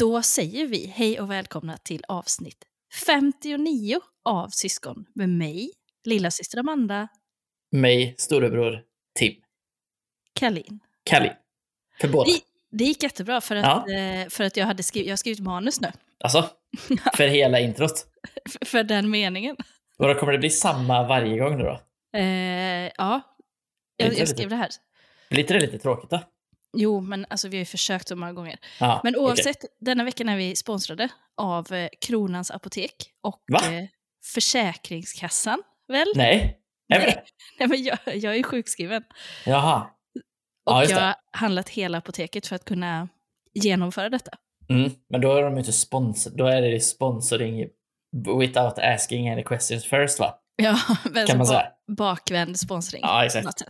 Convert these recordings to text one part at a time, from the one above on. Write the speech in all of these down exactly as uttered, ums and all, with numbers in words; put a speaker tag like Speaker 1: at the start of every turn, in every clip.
Speaker 1: Då säger vi hej och välkomna till avsnitt femtionio av Syskon med mig, lilla syster Amanda.
Speaker 2: Mig, storebror Tim.
Speaker 1: Kalin.
Speaker 2: Kalin. För båda.
Speaker 1: Det, det gick jättebra för att, ja. eh, för att jag hade skrivit, jag har skrivit manus nu.
Speaker 2: Alltså, för hela introt.
Speaker 1: för, för den meningen.
Speaker 2: Och då kommer det bli samma varje gång nu då?
Speaker 1: Eh, ja, jag, jag skrev det här.
Speaker 2: Blir inte det lite tråkigt då?
Speaker 1: Jo, men alltså, vi har ju försökt så många gånger.
Speaker 2: Ah,
Speaker 1: men oavsett, okay. Denna veckan är vi sponsrade av eh, Kronans Apotek och eh, Försäkringskassan, väl?
Speaker 2: Nej,
Speaker 1: Nej. Nej, men jag, jag är sjukskriven.
Speaker 2: Jaha.
Speaker 1: Och
Speaker 2: ja,
Speaker 1: jag har handlat hela apoteket för att kunna genomföra detta.
Speaker 2: Mm, men då är de inte sponsor, då är det sponsoring without asking any questions first, va?
Speaker 1: Ja, men
Speaker 2: kan man
Speaker 1: ba-
Speaker 2: säga.
Speaker 1: bakvänd sponsring.
Speaker 2: Ja, exakt.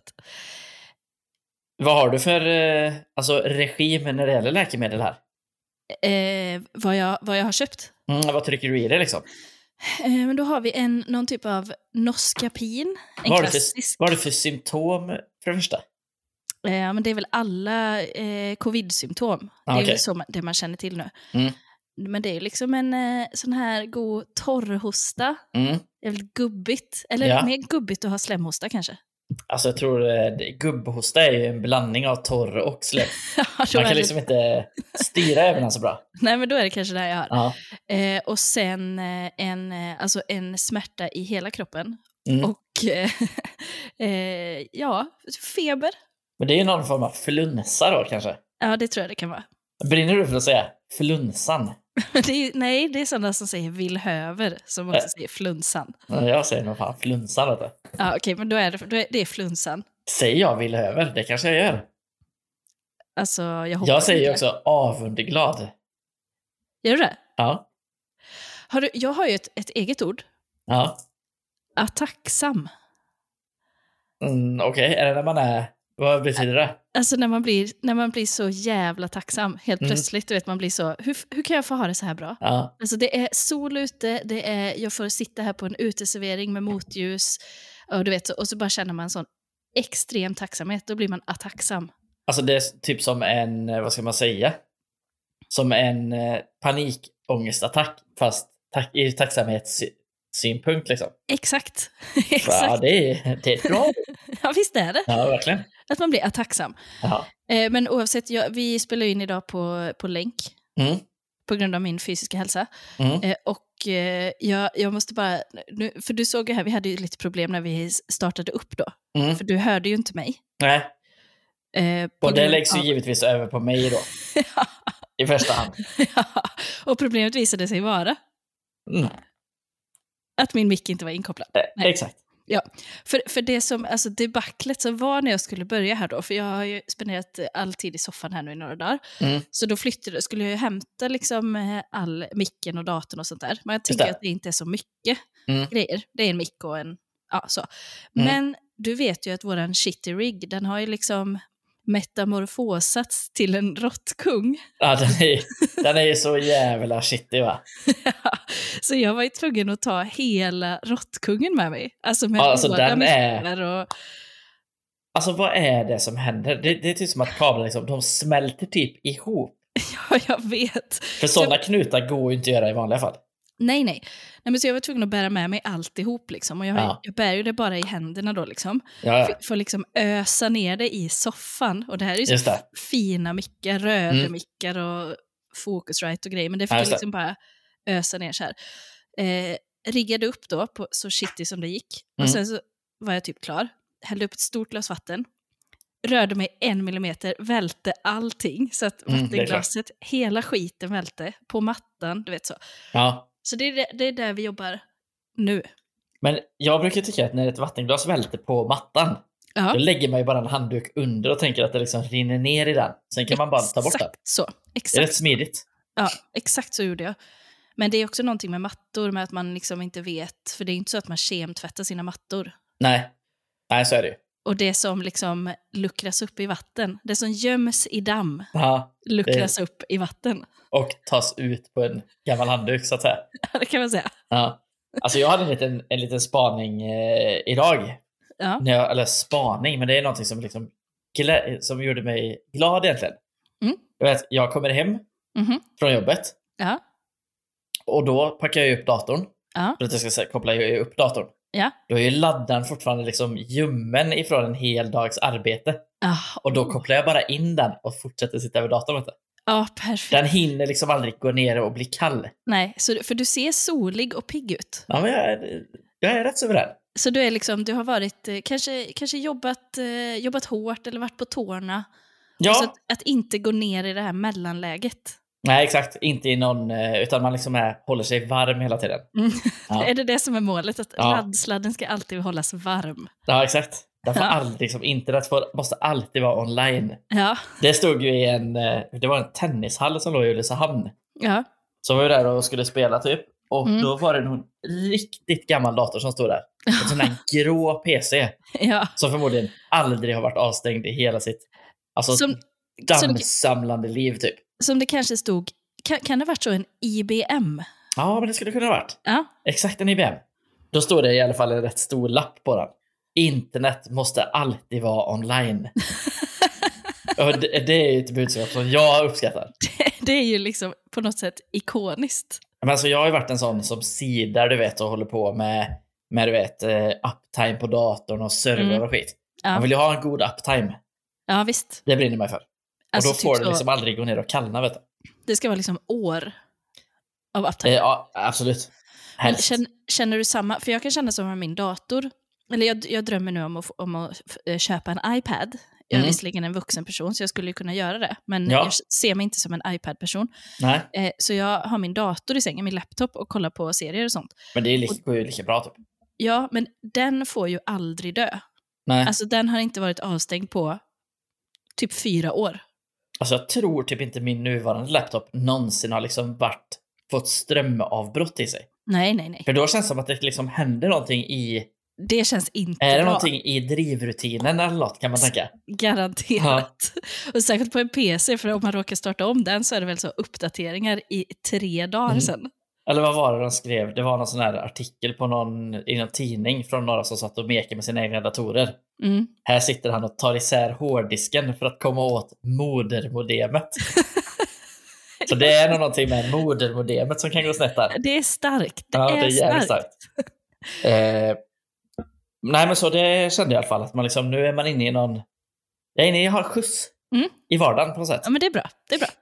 Speaker 2: Vad har du för eh, alltså, regim när det gäller läkemedel här?
Speaker 1: Eh, vad, jag, vad jag har köpt?
Speaker 2: Mm, vad trycker du i det liksom?
Speaker 1: Eh, men då har vi en, någon typ av Noscapin. En
Speaker 2: vad,
Speaker 1: klassisk.
Speaker 2: Har du för, vad har du för symptom för det första?
Speaker 1: Eh, men det är väl alla eh, covid-symptom.
Speaker 2: Ah,
Speaker 1: det är
Speaker 2: okay.
Speaker 1: ju så man, det man känner till nu.
Speaker 2: Mm.
Speaker 1: Men det är liksom en eh, sån här god torrhosta.
Speaker 2: Mm.
Speaker 1: Det är väl gubbigt. Eller
Speaker 2: ja.
Speaker 1: mer gubbigt att ha slemhosta kanske.
Speaker 2: Alltså jag tror eh, gubbhosta är ju en blandning av torr och slem.
Speaker 1: ja,
Speaker 2: man kan
Speaker 1: det...
Speaker 2: liksom inte styra över den så bra.
Speaker 1: Nej, men då är det kanske det här jag har.
Speaker 2: Ja.
Speaker 1: Eh, och sen eh, en, eh, alltså en smärta i hela kroppen.
Speaker 2: Mm.
Speaker 1: Och eh, eh, ja, feber.
Speaker 2: Men det är ju någon form av flunsa då kanske.
Speaker 1: Ja, det tror jag det kan vara.
Speaker 2: Brinner du för att säga flunsan?
Speaker 1: det är, nej, det är sådana som säger villhöver som också äh. säger flunsan.
Speaker 2: Ja, jag säger nog fan flunsan. Vet du.
Speaker 1: Ja, okej, okay, men då är det, då är det är flunsan.
Speaker 2: Säger jag villhöver? Det kanske jag gör.
Speaker 1: Alltså, jag hoppas
Speaker 2: Jag säger ju
Speaker 1: inte.
Speaker 2: också avundeglad.
Speaker 1: Gör du det?
Speaker 2: Ja.
Speaker 1: Har du, jag har ju ett, ett eget ord.
Speaker 2: Ja.
Speaker 1: Attacksam.
Speaker 2: Mm, Okej, okay. Är det när man är... Vad betyder det?
Speaker 1: Alltså när man blir, när man blir så jävla tacksam. Helt
Speaker 2: mm.
Speaker 1: plötsligt, du vet, man blir så... Hur, hur kan jag få ha det så här bra?
Speaker 2: Ja.
Speaker 1: Alltså det är sol ute, det är, jag får sitta här på en uteservering med motljus. Och, du vet, och så bara känner man sån extrem tacksamhet. Då blir man attacksam.
Speaker 2: Alltså det är typ som en, vad ska man säga? Som en eh, panikångestattack. Fast tack, i tacksamhetssynpunkt liksom.
Speaker 1: Exakt.
Speaker 2: Exakt. Ja, det är, det är bra.
Speaker 1: Ja, visst är det.
Speaker 2: Ja, verkligen.
Speaker 1: Att man blir attacksam. Eh, men oavsett, jag, vi spelar in idag på, på länk.
Speaker 2: Mm.
Speaker 1: På grund av min fysiska hälsa.
Speaker 2: Mm.
Speaker 1: Eh, och eh, jag, jag måste bara... Nu, för du såg ju här, vi hade ju lite problem när vi startade upp då.
Speaker 2: Mm.
Speaker 1: För du hörde ju inte mig.
Speaker 2: Nej.
Speaker 1: Eh,
Speaker 2: och det läggs ju
Speaker 1: av...
Speaker 2: givetvis över på mig då.
Speaker 1: ja.
Speaker 2: I första hand.
Speaker 1: ja. Och problemet visade sig vara...
Speaker 2: Mm.
Speaker 1: Att min mick inte var inkopplad.
Speaker 2: Eh, exakt.
Speaker 1: Ja, för, för det som, alltså debaclet som var när jag skulle börja här då, för jag har ju spenderat all tid i soffan här nu i några dagar,
Speaker 2: mm.
Speaker 1: så då flyttade, skulle jag hämta liksom all micken och datorn och sånt där, men jag tycker att det inte är så mycket
Speaker 2: mm.
Speaker 1: grejer, det är en mick och en, ja så.
Speaker 2: Mm.
Speaker 1: Men du vet ju att våran shitty rig, den har ju liksom metamorfosats till en råttkung.
Speaker 2: Ja, den är, den är ju så jävla shitty, va?
Speaker 1: ja, så jag var ju tvungen att ta hela råttkungen med mig. Alltså med
Speaker 2: ja, alltså
Speaker 1: båda
Speaker 2: den är...
Speaker 1: och...
Speaker 2: Alltså vad är det som händer? Det, det är typ som att kablarna liksom, de smälter typ ihop.
Speaker 1: Ja, jag vet.
Speaker 2: För sådana jag... knutar går ju inte att göra i vanliga fall.
Speaker 1: Nej, nej. nej men så jag var tvungen att bära med mig alltihop liksom. Och jag, ja. jag bär ju det bara i händerna då liksom.
Speaker 2: Ja, ja.
Speaker 1: För, för liksom ösa ner det i soffan. Och det här är ju så fina mickar, röda mm. mickar och Focusrite och grejer. Men det fick ja, jag liksom bara ösa ner så här. Eh, riggade upp då på så shitty som det gick. Mm. Och sen så var jag typ klar. Hällde upp ett stort glas vatten. Rörde mig en millimeter, välte allting. Så att
Speaker 2: mm,
Speaker 1: vattenglaset, hela skiten välte på mattan, du vet så.
Speaker 2: Ja.
Speaker 1: Så det är, det är där vi jobbar nu.
Speaker 2: Men jag brukar tycka att när ett vattenglas välter på mattan, ja. Då lägger man ju bara en handduk under och tänker att det liksom rinner ner i den. Sen kan exakt man bara ta bort den.
Speaker 1: Så. Exakt
Speaker 2: det är rätt smidigt.
Speaker 1: Ja, exakt så gjorde jag. Men det är också någonting med mattor, med att man liksom inte vet, för det är inte så att man kemtvättar sina mattor.
Speaker 2: Nej, nej så är det ju.
Speaker 1: Och det som liksom luckras upp i vatten, det som göms i damm,
Speaker 2: ja,
Speaker 1: luckras det... upp i vatten.
Speaker 2: Och tas ut på en gammal handduk så att säga.
Speaker 1: Ja, det kan man säga.
Speaker 2: Ja. Alltså jag hade en liten, en liten spaning eh, idag.
Speaker 1: Ja.
Speaker 2: När jag, eller spaning, men det är någonting som, liksom, glä, som gjorde mig glad egentligen.
Speaker 1: Mm.
Speaker 2: Jag vet, jag kommer hem
Speaker 1: Mm-hmm.
Speaker 2: Från jobbet.
Speaker 1: Ja.
Speaker 2: Och då packar jag upp datorn.
Speaker 1: Ja.
Speaker 2: För att jag ska koppla upp datorn.
Speaker 1: Ja.
Speaker 2: Då är ju laddaren fortfarande liksom ljummen ifrån en hel dags arbete.
Speaker 1: Oh.
Speaker 2: Och då kopplar jag bara in den och fortsätter sitta över datorn. Vet du?
Speaker 1: Ja, perfekt.
Speaker 2: Den hinner liksom aldrig gå ner och bli kall.
Speaker 1: Nej, så, för du ser solig och pigg ut.
Speaker 2: Ja, men jag är, jag är rätt suverän.
Speaker 1: Så du är liksom, du har varit, kanske, kanske jobbat, eh, jobbat hårt eller varit på tårna.
Speaker 2: Ja.
Speaker 1: Så att, att inte gå ner i det här mellanläget.
Speaker 2: Nej, exakt. Inte i någon, utan man liksom är, håller sig varm hela tiden.
Speaker 1: Mm.
Speaker 2: Ja.
Speaker 1: Är det det som är målet? Att
Speaker 2: ja.
Speaker 1: laddsladden ska alltid hållas varm?
Speaker 2: Ja, exakt. Därför
Speaker 1: ja.
Speaker 2: aldrig, liksom, internet får, måste alltid vara online.
Speaker 1: Ja.
Speaker 2: Det stod ju i en, det var en tennishall som låg i Ulricehamn.
Speaker 1: Ja.
Speaker 2: Så var vi där och skulle spela typ. Och mm. då var det någon riktigt gammal dator som stod där. En sån där grå P C.
Speaker 1: Ja.
Speaker 2: Som förmodligen aldrig har varit avstängd i hela sitt alltså, som, dammsamlande som, liv typ.
Speaker 1: Som det kanske stod, kan, kan det ha varit så en I B M?
Speaker 2: Ja, men det skulle kunna ha varit.
Speaker 1: Ja.
Speaker 2: Exakt en I B M. Då står det i alla fall en rätt stor lapp på den. Internet måste alltid vara online. Och det, det är ett budskap som jag uppskattar.
Speaker 1: Det, det är ju liksom på något sätt ikoniskt.
Speaker 2: Men alltså jag har ju varit en sån som sidar, du vet, och håller på med, med du vet, uptime på datorn och server mm. och skit. Ja. Man vill ju ha en god uptime.
Speaker 1: Ja, visst.
Speaker 2: Det brinner mig för.
Speaker 1: Alltså,
Speaker 2: och då får
Speaker 1: typ
Speaker 2: det liksom
Speaker 1: så...
Speaker 2: aldrig gå ner och kallna, vet du.
Speaker 1: Det ska vara liksom år av uptime.
Speaker 2: Eh, ja, absolut. Helst.
Speaker 1: Känner, känner du samma? För jag kan känna som med min dator. Eller jag, jag drömmer nu om att, om att köpa en iPad. Jag är mm. visserligen en vuxen person så jag skulle ju kunna göra det. Men ja. jag ser mig inte som en iPad-person.
Speaker 2: Nej.
Speaker 1: Eh, så jag har min dator i sängen, min laptop och kollar på serier och sånt.
Speaker 2: Men det är lika, och, lika bra typ.
Speaker 1: Ja, men den får ju aldrig dö.
Speaker 2: Nej.
Speaker 1: Alltså den har inte varit avstängd på typ fyra år.
Speaker 2: Alltså jag tror typ inte min nuvarande laptop någonsin har liksom varit, fått strömavbrott i sig.
Speaker 1: Nej, nej, nej.
Speaker 2: För då känns det som att det liksom händer någonting i...
Speaker 1: Det känns inte
Speaker 2: Är det
Speaker 1: bra.
Speaker 2: någonting i drivrutinen eller något kan man tänka?
Speaker 1: Garanterat. Ja. Och säkert på en P C, för om man råkar starta om den så är det väl så uppdateringar i tre dagar mm. sedan.
Speaker 2: Eller vad var det de skrev? Det var någon sån här artikel på någon, i någon tidning från några som satt och mekade med sina egna datorer.
Speaker 1: Mm.
Speaker 2: Här sitter han och tar isär hårddisken för att komma åt modermodemet. Så det är nog någonting med modermodemet som kan gå snett där.
Speaker 1: Det är starkt. Det
Speaker 2: ja,
Speaker 1: är,
Speaker 2: det är jävligt starkt. starkt. eh, nej, men så det kände jag i alla fall. Att man liksom, nu är man inne i någon... Jag är inne i har skjuts
Speaker 1: mm.
Speaker 2: i vardagen på något sätt.
Speaker 1: Ja, men det är bra. Det är bra.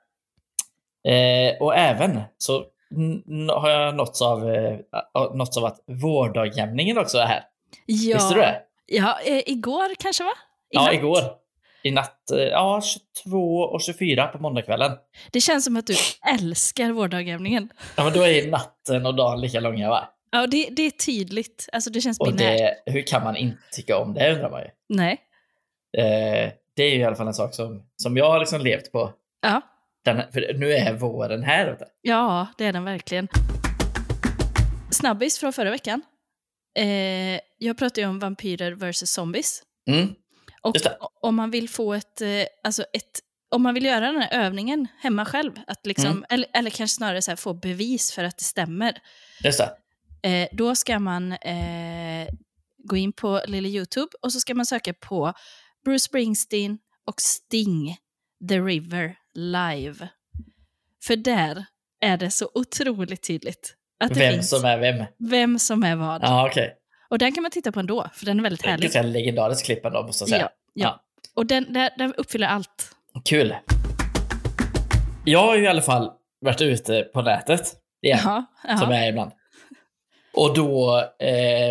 Speaker 2: Eh, och även så n- har jag nåtts av, eh, nåtts av att vårdagjämningen också är här.
Speaker 1: Ja.
Speaker 2: Visste du det?
Speaker 1: Ja, eh, igår kanske va? I
Speaker 2: ja,
Speaker 1: natt.
Speaker 2: igår. I natt, eh, ja, tjugotvå och tjugofyra på måndagskvällen.
Speaker 1: Det känns som att du älskar vårdagjämningen.
Speaker 2: Ja, men då är natten och dagen lika långa, va?
Speaker 1: Ja, det, det är tydligt. Alltså det känns
Speaker 2: och
Speaker 1: binärt.
Speaker 2: Det, hur kan man inte tycka om det, undrar man ju.
Speaker 1: Nej.
Speaker 2: Eh, det är ju i alla fall en sak som, som jag har liksom levt på.
Speaker 1: Ja.
Speaker 2: Den, för nu är våren här. Vet du?
Speaker 1: Ja, det är den verkligen. Snabbis från förra veckan. Eh, jag pratade ju om vampyrer versus zombies.
Speaker 2: Mm.
Speaker 1: Och om man vill få ett, eh, alltså ett, om man vill göra den här övningen hemma själv, att liksom, mm. eller, eller kanske snarare så här, få bevis för att det stämmer.
Speaker 2: Just det.
Speaker 1: Eh, då ska man eh, gå in på lilla YouTube och så ska man söka på Bruce Springsteen och Sting, The River live. För där är det så otroligt tydligt att det
Speaker 2: vem
Speaker 1: finns
Speaker 2: som är vem.
Speaker 1: Vem som är vad.
Speaker 2: Ja, okej. Okay.
Speaker 1: Och den kan man titta på ändå, för den är väldigt härlig.
Speaker 2: Det är en legendarisk klipp ändå, måste jag säga.
Speaker 1: Ja, ja. ja. Och den, den, den uppfyller allt.
Speaker 2: Kul. Jag har ju i alla fall varit ute på nätet igen,
Speaker 1: jaha, jaha.
Speaker 2: som jag är ibland. Och då eh,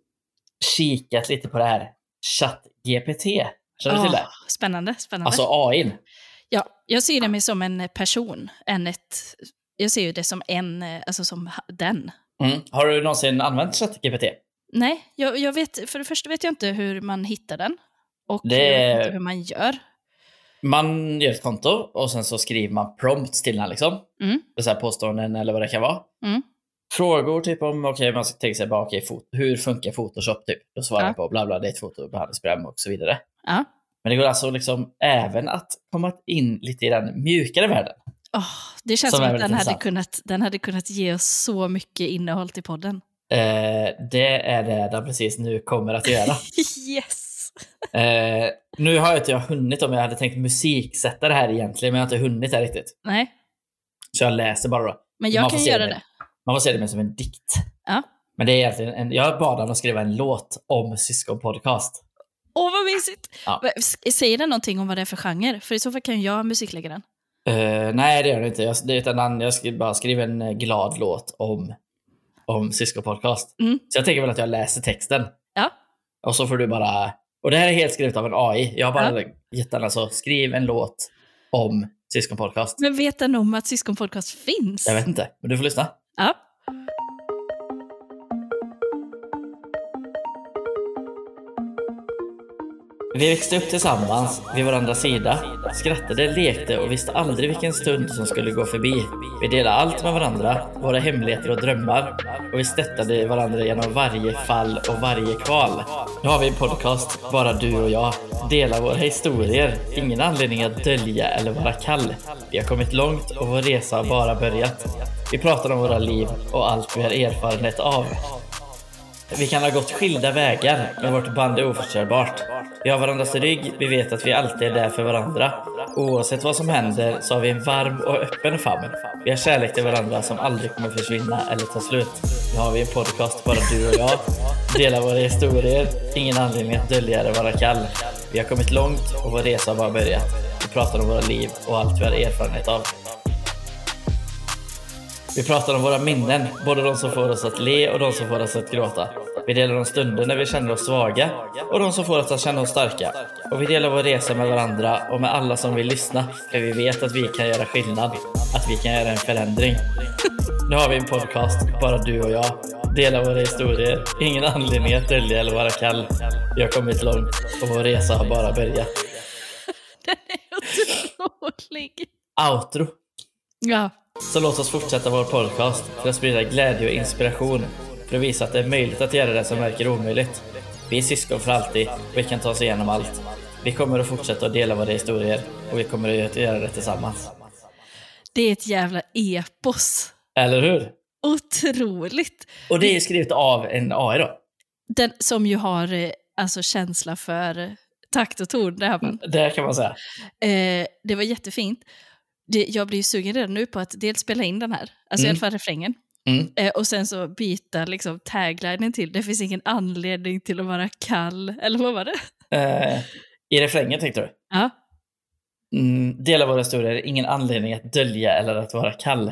Speaker 2: kikat lite på det här ChatGPT. Känner du till det?
Speaker 1: Spännande, spännande.
Speaker 2: Alltså A I.
Speaker 1: Ja, jag ser det mer som en person än ett... Jag ser ju det som en, alltså som den.
Speaker 2: Mm. Har du någonsin använt ChatGPT?
Speaker 1: Nej, jag, jag vet, för det första vet jag inte hur man hittar den. Och
Speaker 2: det...
Speaker 1: jag vet inte hur man gör.
Speaker 2: Man gör ett konto och sen så skriver man prompts till den liksom.
Speaker 1: Mm.
Speaker 2: Det är så här påståenden eller vad det kan vara.
Speaker 1: Mm.
Speaker 2: Frågor typ om, okej, okay, man ska tänka sig bara, okej, okay, fot- hur funkar Photoshop typ? Då svarar jag
Speaker 1: ja.
Speaker 2: på bla bla, det är ett fotobehandlingsprogram och så vidare.
Speaker 1: Ja.
Speaker 2: Men det går alltså liksom även att komma in lite i den mjukare världen.
Speaker 1: Oh, det känns som, som att den hade, kunnat, den hade kunnat ge oss så mycket innehåll till podden.
Speaker 2: Eh, det är det den precis nu kommer att göra.
Speaker 1: Yes!
Speaker 2: eh, nu har jag inte jag hunnit om jag hade tänkt musiksätta det här egentligen, men jag har inte hunnit det riktigt.
Speaker 1: Nej.
Speaker 2: Så jag läser bara då.
Speaker 1: Men jag kan göra det,
Speaker 2: det. Man får se det mer som en dikt.
Speaker 1: Ja.
Speaker 2: Men det är egentligen en, jag bad honom att skriva en låt om syskonpodcast.
Speaker 1: Åh, vad mysigt.
Speaker 2: Ja.
Speaker 1: Säger den någonting om vad det är för genre? För i så fall kan jag musiklägga den.
Speaker 2: Uh, nej, det gör det inte. Jag, det, utan jag skri, bara skriver en glad låt om, om syskonpodcast. Mm. Så jag tänker väl att jag läser texten.
Speaker 1: Ja.
Speaker 2: Och så får du bara... Och det här är helt skrivet av en A I. Jag har bara ja. gett den alltså, skriv en låt om syskonpodcast.
Speaker 1: Men vet den om att syskonpodcast finns?
Speaker 2: Jag vet inte, men du får lyssna.
Speaker 1: Ja.
Speaker 2: Vi växte upp tillsammans vid varandras sida, skrattade, lekte och visste aldrig vilken stund som skulle gå förbi. Vi delade allt med varandra, våra hemligheter och drömmar, och vi stöttade varandra genom varje fall och varje kval. Nu har vi en podcast, bara du och jag, delar våra historier, ingen anledning att dölja eller vara kall. Vi har kommit långt och vår resa har bara börjat. Vi pratar om våra liv och allt vi har erfarenhet av. Vi kan ha gått skilda vägar, men vårt band är oförstörrbart. Vi har varandras rygg, vi vet att vi alltid är där för varandra. Oavsett vad som händer så har vi en varm och öppen famn. Vi har kärlek till varandra som aldrig kommer försvinna eller ta slut. Nu har vi en podcast, bara du och jag. Delar våra historier, ingen anledning att dölja eller vara kall. Vi har kommit långt och vår resa har bara börjat. Vi pratar om våra liv och allt vi har erfarenhet av. Vi pratar om våra minnen, både de som får oss att le och de som får oss att gråta. Vi delar de stunder när vi känner oss svaga och de som får oss att känna oss starka. Och vi delar vår resa med varandra och med alla som vill lyssna, för vi vet att vi kan göra skillnad, att vi kan göra en förändring. Nu har vi en podcast, bara du och jag. Delar våra historier, ingen anledning att dölja eller vara kall. Vi har kommit långt och vår resa har bara börjat.
Speaker 1: Den är otrolig.
Speaker 2: Outro.
Speaker 1: Ja.
Speaker 2: Så låt oss fortsätta vår podcast för att sprida glädje och inspiration, för att visa att det är möjligt att göra det som verkar omöjligt. Vi är syskon för alltid och vi kan ta oss igenom allt. Vi kommer att fortsätta att dela våra historier och vi kommer att göra det tillsammans.
Speaker 1: Det är ett jävla epos.
Speaker 2: Eller hur?
Speaker 1: Otroligt.
Speaker 2: Och det är skrivet av en A I då?
Speaker 1: Den som ju har alltså känsla för takt och ton. Det, här
Speaker 2: det kan man säga.
Speaker 1: Eh, det var jättefint. Det, jag blir ju sugen redan nu på att dels spela in den här, alltså mm. i alla fall refrängen. Mm. Eh, och sen så byta liksom taglinen till det finns ingen anledning till att vara kall. Eller vad var det?
Speaker 2: Eh, I refrängen tänkte du?
Speaker 1: Ja.
Speaker 2: Mm, dela våra historier, ingen anledning att dölja eller att vara kall.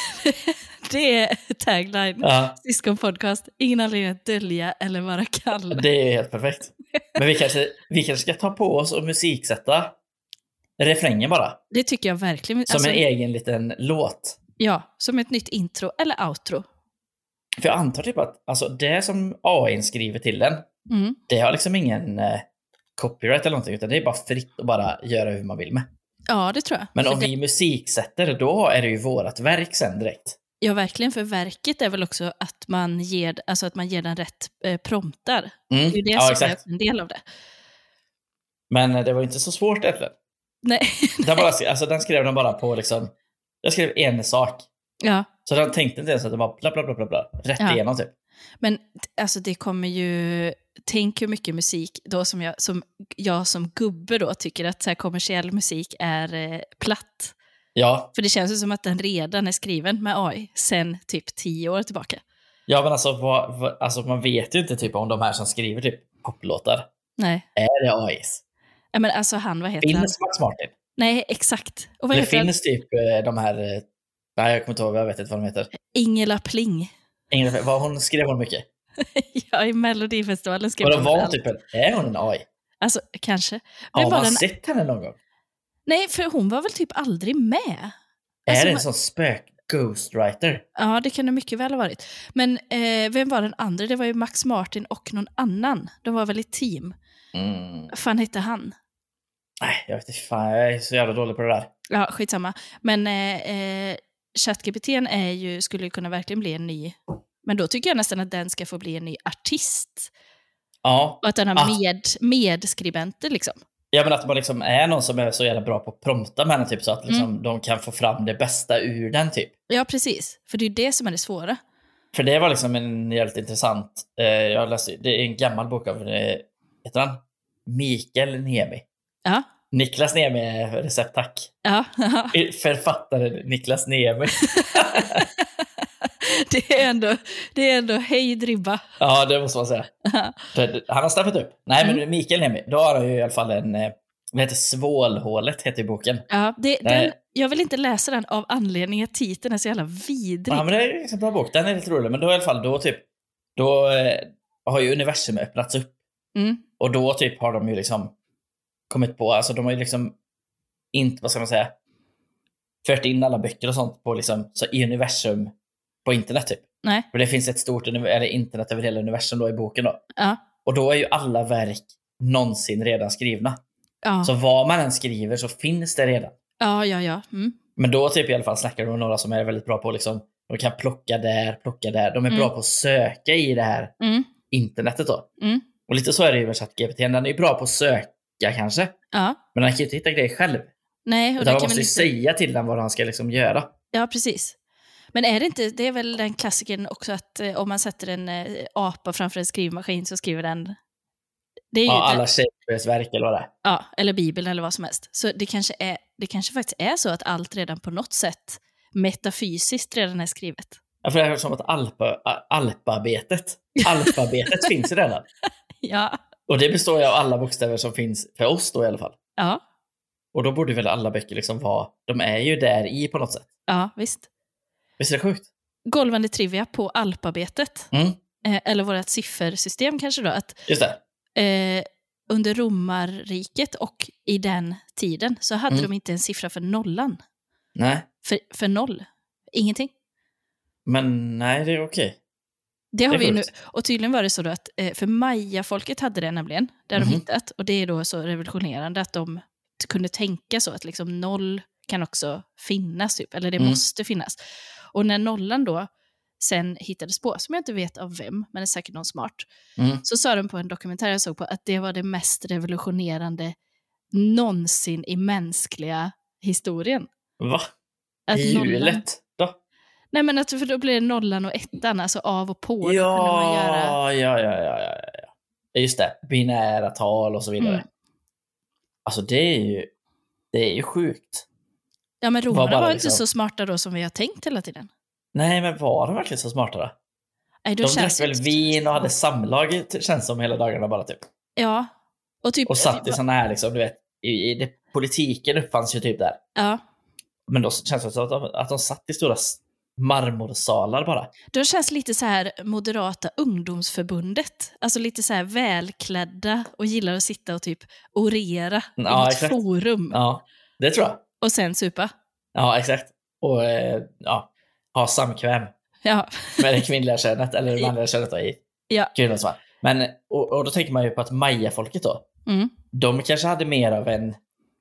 Speaker 1: Det är tagline. Ja. Syskonpodcast, ingen anledning att dölja eller vara kall.
Speaker 2: Det är helt perfekt. Men vi kanske, vi kanske ska ta på oss och musiksätta refrängen bara.
Speaker 1: Det tycker jag verkligen.
Speaker 2: Som alltså, en egen liten låt.
Speaker 1: Ja, som ett nytt intro eller outro.
Speaker 2: För jag antar typ att alltså, det som A I skriver till den, mm. det har liksom ingen eh, copyright eller någonting, utan det är bara fritt att bara göra hur man vill med.
Speaker 1: Ja, det tror jag.
Speaker 2: Men
Speaker 1: för
Speaker 2: om
Speaker 1: det...
Speaker 2: vi musiksätter, då är det ju vårat verk sen direkt.
Speaker 1: Ja, verkligen, för verket är väl också att man ger, alltså att man ger den rätt eh, promptar. Mm. Det är ju det
Speaker 2: ja,
Speaker 1: som är en del av det.
Speaker 2: Men det var inte så svårt efter.
Speaker 1: Nej.
Speaker 2: Den, bara, alltså, den skrev den bara på liksom, jag skrev en sak.
Speaker 1: Ja.
Speaker 2: Så den tänkte inte ens att det var bla bla bla bla, bla rätt ja. igenom typ.
Speaker 1: Men alltså det kommer ju, tänk hur mycket musik då som jag som, jag som gubbe då tycker att så här kommersiell musik är eh, platt.
Speaker 2: Ja.
Speaker 1: För det känns ju som att den redan är skriven med A I sen typ tio år tillbaka.
Speaker 2: Ja, men alltså, vad, vad, alltså man vet ju inte typ om de här som skriver typ poplåtar.
Speaker 1: Nej.
Speaker 2: Är det A Is?
Speaker 1: Ja, men alltså han, vad heter
Speaker 2: finns
Speaker 1: han?
Speaker 2: Finns Max Martin?
Speaker 1: Nej, exakt. Och vad
Speaker 2: det
Speaker 1: heter
Speaker 2: finns han? Typ de här, nej jag kommer inte ihåg, jag vet inte vad de heter.
Speaker 1: Ingela Pling.
Speaker 2: Ingela, vad hon skrev hon mycket?
Speaker 1: Ja, i Melodifestivalen skrev
Speaker 2: hon. Var typ en, är hon en A I?
Speaker 1: Alltså, kanske.
Speaker 2: Har
Speaker 1: men
Speaker 2: man
Speaker 1: den...
Speaker 2: sett henne någon gång?
Speaker 1: Nej, för hon var väl typ aldrig med.
Speaker 2: Är
Speaker 1: alltså,
Speaker 2: det en sån spök ghostwriter?
Speaker 1: Ja, det kan det mycket väl ha varit. Men eh, vem var den andra? Det var ju Max Martin och någon annan. De var väl i team.
Speaker 2: Mm.
Speaker 1: Vad fan hette han?
Speaker 2: Nej, jag vet inte fan. Jag är så jävla dålig på det där.
Speaker 1: Ja, skitsamma. Men eh, eh, ChatGPT är ju, skulle ju kunna verkligen bli en ny... Men då tycker jag nästan att den ska få bli en ny artist.
Speaker 2: Ja.
Speaker 1: Och att den har med, medskribenter liksom.
Speaker 2: Ja, men att man liksom är någon som är så jävla bra på att prompta med den typ, så att liksom mm. de kan få fram det bästa ur den typ.
Speaker 1: Ja, precis. För det är ju det som är det svåra.
Speaker 2: För det var liksom en jävligt intressant... Eh, jag läste, det är en gammal bok av... Eh, heter han? Mikael Niemi.
Speaker 1: Ja.
Speaker 2: Niklas Niemi recept, tack.
Speaker 1: Ja.
Speaker 2: Författaren Niklas Niemi.
Speaker 1: det är ändå det är ändå höjd ribba.
Speaker 2: Ja, det måste man säga. Han har steppat upp. Nej, men mm. Mikael Niemi, då har han ju i alla fall en, vad heter Svålhålet heter boken.
Speaker 1: Ja, det, den, jag vill inte läsa den av anledning att titeln är så jävla vidrig.
Speaker 2: Ja, men det är en bra bok. Den är lite rolig, men då i alla fall då typ då eh, har ju universum öppnats upp.
Speaker 1: Mm.
Speaker 2: Och då typ har de ju liksom kommit på, alltså de har ju liksom inte, vad ska man säga, fört in alla böcker och sånt på liksom, så i universum på internet typ.
Speaker 1: Nej.
Speaker 2: För det finns ett stort eller internet över hela universum då i boken då.
Speaker 1: Ja.
Speaker 2: Och då är ju alla verk någonsin redan skrivna.
Speaker 1: Ja.
Speaker 2: Så vad man än skriver så finns det redan.
Speaker 1: Ja, ja, ja. Mm.
Speaker 2: Men då typ i alla fall snackar de om några som är väldigt bra på liksom, de kan plocka där, plocka där. De är mm. bra på att söka i det här
Speaker 1: mm.
Speaker 2: internetet då.
Speaker 1: Mm.
Speaker 2: Och lite så är det ju med ChatGPT. Den är ju bra på att söka kanske.
Speaker 1: Ja.
Speaker 2: Men den kan ju inte hitta grejer själv.
Speaker 1: Nej, och
Speaker 2: det
Speaker 1: man
Speaker 2: måste ju
Speaker 1: inte...
Speaker 2: säga till den vad han ska liksom göra.
Speaker 1: Ja, precis. Men är det inte, det är väl den klassiken också att eh, om man sätter en eh, apa framför en skrivmaskin så skriver den... Det är ju
Speaker 2: ja,
Speaker 1: det.
Speaker 2: alla Shakespeares verk eller vad det är.
Speaker 1: Ja, eller Bibeln eller vad som helst. Så det kanske, är, det kanske faktiskt är så att allt redan på något sätt metafysiskt redan är skrivet.
Speaker 2: Ja, för det är som att alpa, alfabetet, alfabetet finns redan.
Speaker 1: Ja.
Speaker 2: Och det består ju av alla bokstäver som finns för oss då i alla fall.
Speaker 1: Ja.
Speaker 2: Och då borde väl alla böcker liksom vara, de är ju där i på något sätt.
Speaker 1: Ja, visst.
Speaker 2: Visst är det sjukt?
Speaker 1: Golvande trivia på alfabetet.
Speaker 2: Mm.
Speaker 1: Eh, eller vårt siffersystem kanske då. Att,
Speaker 2: just det.
Speaker 1: Eh, under romarriket och i den tiden så hade mm. de inte en siffra för nollan.
Speaker 2: Nej.
Speaker 1: För, för noll. Ingenting.
Speaker 2: Men nej, det är okej.
Speaker 1: Det har det vi nu. Och tydligen var det så då att eh, för Maya-folket hade det nämligen. Där mm. de hittat. Och det är då så revolutionerande att de kunde tänka så att liksom noll kan också finnas typ. Eller det mm. måste finnas. Och när nollan då sen hittades på, som jag inte vet av vem, men det är säkert någon smart, mm. så sa de på en dokumentär jag såg på att det var det mest revolutionerande någonsin i mänskliga historien.
Speaker 2: Va?
Speaker 1: Att
Speaker 2: I
Speaker 1: nollan...
Speaker 2: hjulet då?
Speaker 1: Nej, men att för då blir det nollan och ettan, alltså av och på.
Speaker 2: Ja,
Speaker 1: kunde man göra...
Speaker 2: ja, ja, ja, ja, ja. Just det, binära tal och så vidare. Mm. Alltså det är ju det är ju sjukt.
Speaker 1: Ja, men romarna var, var
Speaker 2: liksom...
Speaker 1: inte så smarta då som vi har tänkt hela tiden.
Speaker 2: Nej, men var de verkligen så smarta då?
Speaker 1: Nej,
Speaker 2: de drack väl vin och hade samlag, känns som hela dagarna bara typ.
Speaker 1: Ja. Och, typ,
Speaker 2: och satt i sådana här, liksom, du vet, i, i det, politiken uppfanns ju typ där.
Speaker 1: Ja.
Speaker 2: Men då känns det som att de, att de satt i stora marmorsalar bara.
Speaker 1: Då känns lite så här moderata ungdomsförbundet. Alltså lite så här välklädda och gillar att sitta och typ orera
Speaker 2: ja,
Speaker 1: i ett forum.
Speaker 2: Ja, det tror jag.
Speaker 1: Och sen supa.
Speaker 2: Ja, exakt. Och eh, ja, ha samkväm.
Speaker 1: Ja.
Speaker 2: Med det kvinnliga könet, eller det manliga könet då, i
Speaker 1: ja.
Speaker 2: kvinnans man. Men, och, och då tänker man ju på att Maya-folket då,
Speaker 1: mm.
Speaker 2: de kanske hade mer av en...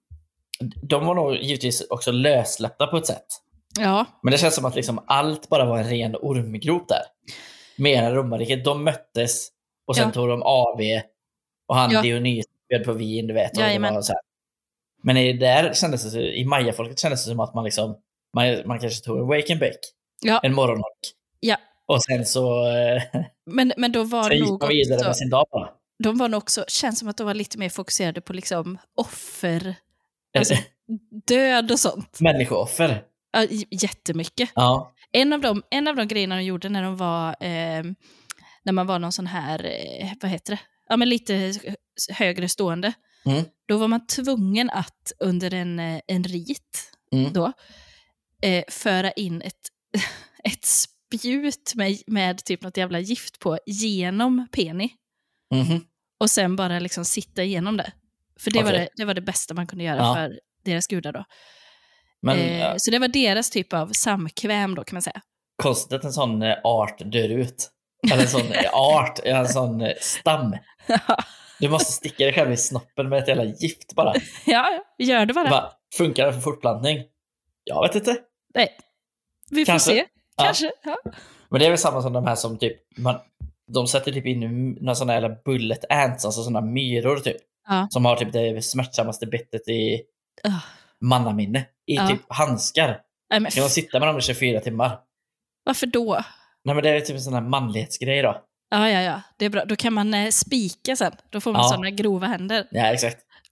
Speaker 2: De var nog givetvis också lössläppta på ett sätt.
Speaker 1: Ja.
Speaker 2: Men det känns som att liksom allt bara var en ren ormgrop där. Mer än romarriket. De möttes och sen ja. tog de A V och han ja. Dionys bjöd på vin, du vet. Och det var så här. Men i där kändes det, i Maya-folket kändes det som att man liksom man, man kanske tog en wake and bake.
Speaker 1: Ja.
Speaker 2: En morgonrock.
Speaker 1: Ja.
Speaker 2: Och sen så
Speaker 1: men, men då var
Speaker 2: så
Speaker 1: nog
Speaker 2: vidare
Speaker 1: också,
Speaker 2: med sin dag bara.
Speaker 1: De var nog också, känns som att de var lite mer fokuserade på liksom offer, alltså död och sånt.
Speaker 2: Människooffer.
Speaker 1: Ja, jättemycket.
Speaker 2: Ja.
Speaker 1: En av de, en av de grejerna de gjorde när de var eh, när man var någon sån här eh, vad heter det? Ja, men lite högre stående.
Speaker 2: Mm.
Speaker 1: Då var man tvungen att under en, en rit
Speaker 2: mm.
Speaker 1: då eh, föra in ett, ett spjut med, med typ något jävla gift på genom peni.
Speaker 2: Mm.
Speaker 1: Och sen bara liksom sitta igenom det. För det, okay. var, det, det var det bästa man kunde göra ja. för deras gudar då. Men, eh, ja. Så det var deras typ av samkväm då, kan man säga.
Speaker 2: Konstigt att en sån art dör ut. Eller en sån art, en sån stam.
Speaker 1: Ja.
Speaker 2: Du måste sticka dig själv i snoppen med ett jävla gift bara.
Speaker 1: Ja, gör det bara.
Speaker 2: bara funkar det för fortplantning? Jag vet inte.
Speaker 1: Nej, vi
Speaker 2: Kanske.
Speaker 1: får se. Kanske,
Speaker 2: ja.
Speaker 1: ja.
Speaker 2: Men det är väl samma som de här som typ, man, de sätter typ in några sådana jävla bullet ants, alltså sådana myror typ.
Speaker 1: Ja.
Speaker 2: Som har typ det smärtsammaste bettet i
Speaker 1: uh.
Speaker 2: mannaminne. I
Speaker 1: ja.
Speaker 2: typ handskar.
Speaker 1: Nej, men
Speaker 2: kan man sitta med dem i tjugofyra timmar?
Speaker 1: Varför då?
Speaker 2: Nej, men det är typ en sån här manlighetsgrej då.
Speaker 1: Ja, ja, ja. Det är bra. Då kan man eh, spika sen. Då får man
Speaker 2: ja.
Speaker 1: sådana grova händer.
Speaker 2: Ja, exakt.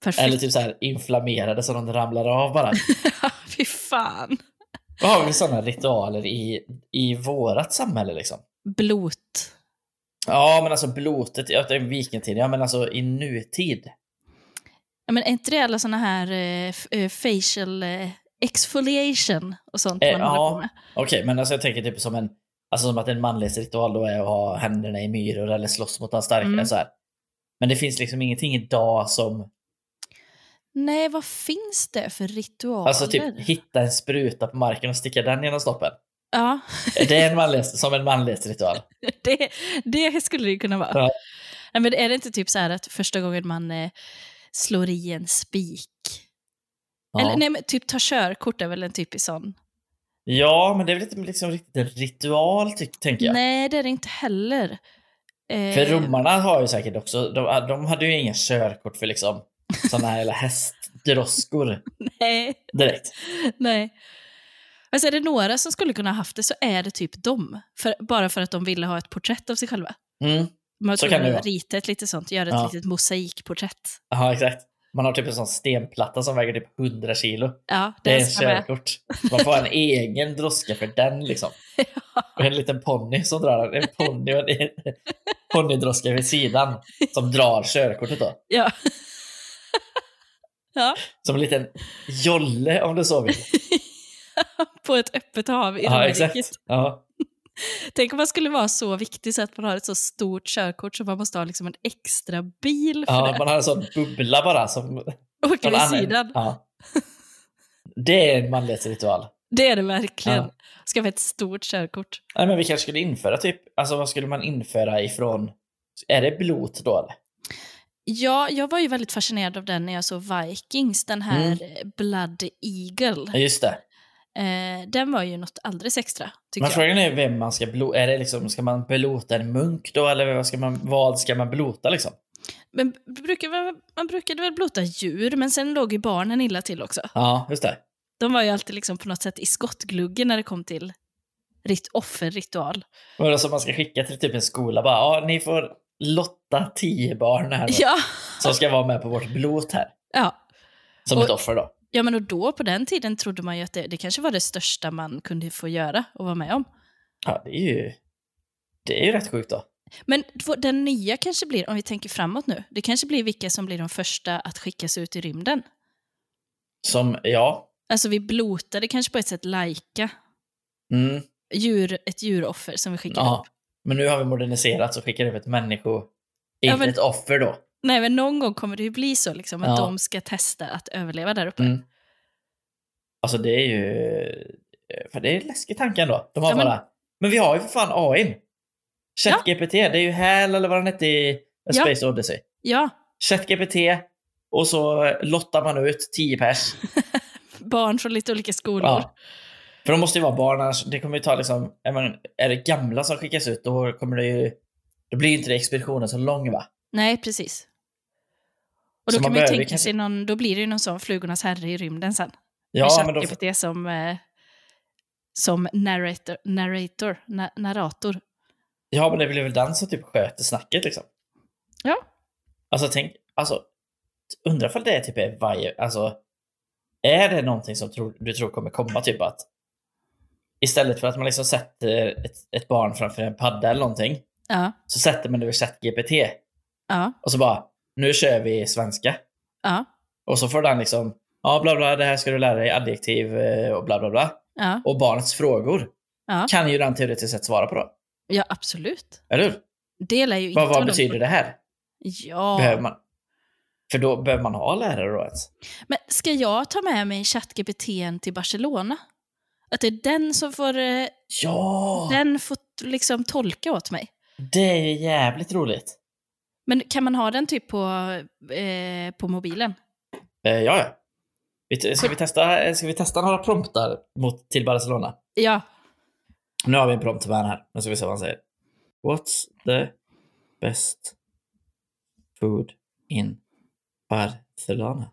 Speaker 1: Perfekt.
Speaker 2: Eller typ så här inflammerade så de ramlar av bara.
Speaker 1: Fy fan.
Speaker 2: Vad har vi sådana ritualer i, i vårat samhälle liksom?
Speaker 1: Blot.
Speaker 2: Ja, men alltså blotet i ja, vikingtid. Ja, men alltså i nutid.
Speaker 1: Ja, men är inte det alla såna här eh, facial eh, exfoliation och sånt
Speaker 2: Eh,
Speaker 1: man
Speaker 2: ja,
Speaker 1: håller på med?
Speaker 2: Okej, okay, men alltså jag tänker typ som en alltså som att en manlighetsritual då är att ha händerna i myror eller slåss mot en starkare mm. så här. Men det finns liksom ingenting idag som...
Speaker 1: Nej, vad finns det för ritualer?
Speaker 2: Alltså typ hitta en spruta på marken och sticka den genom stoppen.
Speaker 1: Ja.
Speaker 2: Det är en manlighets, som en manlighetsritual.
Speaker 1: det, det skulle det kunna vara. Ja. Nej, men är det inte typ så här att första gången man eh, slår i en spik? Ja. Eller nej, men typ ta körkort är väl en typisk sån?
Speaker 2: Ja, men det är väl inte liksom riktigt en ritual, ty- tänker jag.
Speaker 1: Nej, det är det inte heller.
Speaker 2: Eh... För romarna har ju säkert också, de, de hade ju ingen körkort för liksom såna här eller hästdroskor.
Speaker 1: Nej.
Speaker 2: Direkt.
Speaker 1: Nej. Alltså är det några som skulle kunna ha haft det så är det typ dem. För, bara för att de ville ha ett porträtt av sig själva.
Speaker 2: Mm.
Speaker 1: Man
Speaker 2: så kan det vara.
Speaker 1: Rita ett litet sånt, göra ett ja. litet mosaikporträtt.
Speaker 2: Ja, exakt. Man har typ en sån stenplatta som väger typ hundra kilo.
Speaker 1: Ja,
Speaker 2: det är en körkort. Man får en egen droska för den liksom. Ja. Och en liten ponny som drar en ponny och en ponnydroska vid sidan som drar körkortet då.
Speaker 1: Ja. Ja.
Speaker 2: Som en liten jolle om du så vill.
Speaker 1: På ett öppet hav i
Speaker 2: ja, exakt. Ja.
Speaker 1: Tänk om man skulle vara så viktig så att man har ett så stort körkort så man måste ha liksom en extra bil för
Speaker 2: ja,
Speaker 1: det.
Speaker 2: Man har en sån bubbla bara som
Speaker 1: åker vid sidan.
Speaker 2: Ja. Det är en manlighetsritual.
Speaker 1: Det är det verkligen. Ja. Ska vi ha ett stort körkort?
Speaker 2: Nej, men vi kanske skulle införa typ, alltså vad skulle man införa ifrån, är det blot då eller?
Speaker 1: Ja, jag var ju väldigt fascinerad av den när jag såg Vikings, den här mm. Blood Eagle.
Speaker 2: Ja, just det.
Speaker 1: Eh, den var ju något alldeles extra, tycker
Speaker 2: men
Speaker 1: jag.
Speaker 2: Frågan är vem man ska blota. Är det liksom, ska man blota en munk då? Eller vad ska man, vad ska man blota liksom?
Speaker 1: Men brukar, man brukade väl blota djur, men sen låg ju barnen illa till också.
Speaker 2: Ja, just det.
Speaker 1: De var ju alltid liksom på något sätt i skottgluggen när det kom till rit- offerritual.
Speaker 2: Och då som man ska skicka till typ en skola. Bara, ja, ni får lotta tio barn här.
Speaker 1: Ja.
Speaker 2: Som ska vara med på vårt blot här.
Speaker 1: Ja.
Speaker 2: Som och, ett offer då.
Speaker 1: Ja, men och då på den tiden trodde man ju att det, det kanske var det största man kunde få göra och vara med om.
Speaker 2: Ja, det är ju, det är ju rätt sjukt då.
Speaker 1: Men den nya kanske blir, om vi tänker framåt nu, det kanske blir vilka som blir de första att skickas ut i rymden.
Speaker 2: Som, ja.
Speaker 1: Alltså vi blotade kanske på ett sätt lajka.
Speaker 2: Mm.
Speaker 1: Djur, ett djuroffer som vi skickar
Speaker 2: ja.
Speaker 1: upp.
Speaker 2: Men nu har vi moderniserat så skickar vi ett människo, inte
Speaker 1: ja, men,
Speaker 2: ett offer då.
Speaker 1: Nej, men någon gång kommer det ju bli så liksom, att ja. de ska testa att överleva där uppe.
Speaker 2: Mm. Alltså det är ju, för det är läskig tanken då. De har ja, men, bara, men vi har ju för fan A I. ChatGPT, ja. Det är ju Hal eller vad den hette i A Space ja. Odyssey.
Speaker 1: Ja.
Speaker 2: ChatGPT och så lottar man ut tio pers.
Speaker 1: Barn från lite olika skolor.
Speaker 2: Ja. För de måste ju vara barn, annars, det kommer ju ta liksom, är, man, är det gamla som skickas ut, då kommer det ju, då blir ju inte det expeditionen så lång va?
Speaker 1: Nej, precis. Och då så kan man ju tänka kanske... sig någon, då blir det ju någon sån Flugornas herre i rymden sen.
Speaker 2: Ja, men då...
Speaker 1: G P T som, eh, som narrator, narrator na, narrator.
Speaker 2: Ja, men det blir väl den som typ sköter snacket liksom.
Speaker 1: Ja.
Speaker 2: Alltså tänk, alltså undrar för det är typ är varje, alltså är det någonting som tror, du tror kommer komma typ att istället för att man liksom sätter ett, ett barn framför en padda eller någonting,
Speaker 1: ja.
Speaker 2: så sätter man det över ChatGPT.
Speaker 1: Ja.
Speaker 2: Och så bara, nu kör vi svenska.
Speaker 1: Ja.
Speaker 2: Och så får den liksom, ja bla bla, det här ska du lära dig, adjektiv och bla bla bla.
Speaker 1: Ja.
Speaker 2: Och barnets frågor
Speaker 1: ja.
Speaker 2: kan ju den teoretiskt sett svara på då.
Speaker 1: Ja, absolut.
Speaker 2: Eller hur?
Speaker 1: Det lär ju inte
Speaker 2: vad vad betyder det här?
Speaker 1: Ja.
Speaker 2: Behöver man, för då behöver man ha lärare då ens.
Speaker 1: Men ska jag ta med mig ChatGPT till Barcelona? Att det är den som får,
Speaker 2: ja.
Speaker 1: den får liksom tolka åt mig.
Speaker 2: Det är ju jävligt roligt.
Speaker 1: Men kan man ha den typ på, eh, på mobilen?
Speaker 2: Eh, ja, ja. Ska vi, testa, ska vi testa några promptar mot, till Barcelona?
Speaker 1: Ja.
Speaker 2: Nu har vi en prompt med här. Nu ska vi se vad han säger. What's the best food in Barcelona?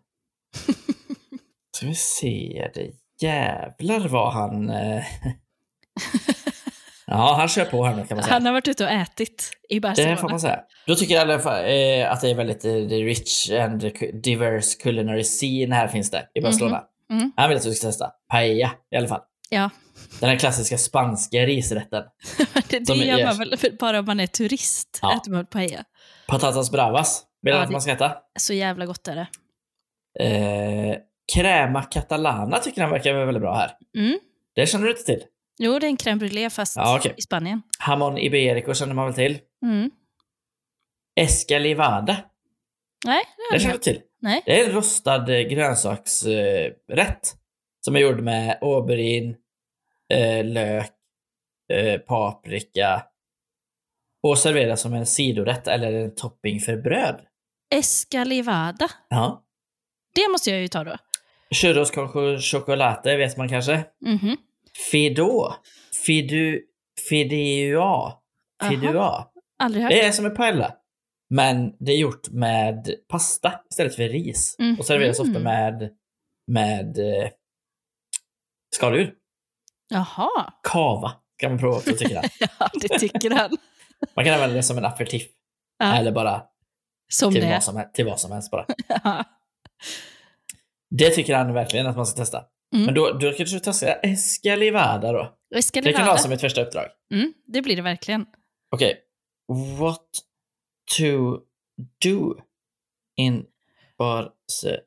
Speaker 2: Ska vi se det. Jävlar vad han... Eh... Ja, han kör på här nu kan man säga.
Speaker 1: Han har varit ute och ätit i Barcelona.
Speaker 2: Det får man säga. Då tycker jag i alla fall, eh, att det är väldigt eh, rich and diverse culinary scene här finns det i Barcelona. Mm-hmm. Mm. Han vill att du ska testa paella i alla fall.
Speaker 1: Ja.
Speaker 2: Den här klassiska spanska risrätten.
Speaker 1: det det gör man väl bara om man är turist. Ja. Äter man paella.
Speaker 2: Patatas bravas. Vill
Speaker 1: ja,
Speaker 2: att man ska äta?
Speaker 1: Så jävla gott är det.
Speaker 2: Eh, crema catalana tycker han verkar väldigt bra här.
Speaker 1: Mm.
Speaker 2: Det känner du inte till?
Speaker 1: Jo, det är en crème brûlée fast ja, okay. i Spanien.
Speaker 2: Jamón ibérico känner man väl till?
Speaker 1: Mm.
Speaker 2: Escalivada.
Speaker 1: Nej,
Speaker 2: det, det känner du till.
Speaker 1: Nej.
Speaker 2: Det är en rostad grönsaksrätt som är gjord med aubergine, eh, lök, eh, paprika och serveras som en sidorätt eller en topping för bröd.
Speaker 1: Escalivada.
Speaker 2: Ja.
Speaker 1: Det måste jag ju ta då.
Speaker 2: Churros con chocolate vet man kanske.
Speaker 1: Mhm.
Speaker 2: Fidó. Fidu, fidua. Fidua.
Speaker 1: Aldrig hört.
Speaker 2: Det är som en paella. Men det är gjort med pasta istället för ris. Mm. Och serveras ofta med, med eh, skaldjur.
Speaker 1: Jaha.
Speaker 2: Kava kan man prova också, tycker han.
Speaker 1: Ja, det tycker han.
Speaker 2: Man kan använda det som en aperitif. Ja. Eller bara
Speaker 1: som
Speaker 2: till,
Speaker 1: det.
Speaker 2: Vad som, till vad som helst bara.
Speaker 1: Ja.
Speaker 2: Det tycker han verkligen att man ska testa. Mm. Men då, då kanske du testa Escalivada då.
Speaker 1: Escalivada.
Speaker 2: Det kan du ha som ett första uppdrag.
Speaker 1: Mm, det blir det verkligen.
Speaker 2: Okej. Okay. What to do in Barcelona?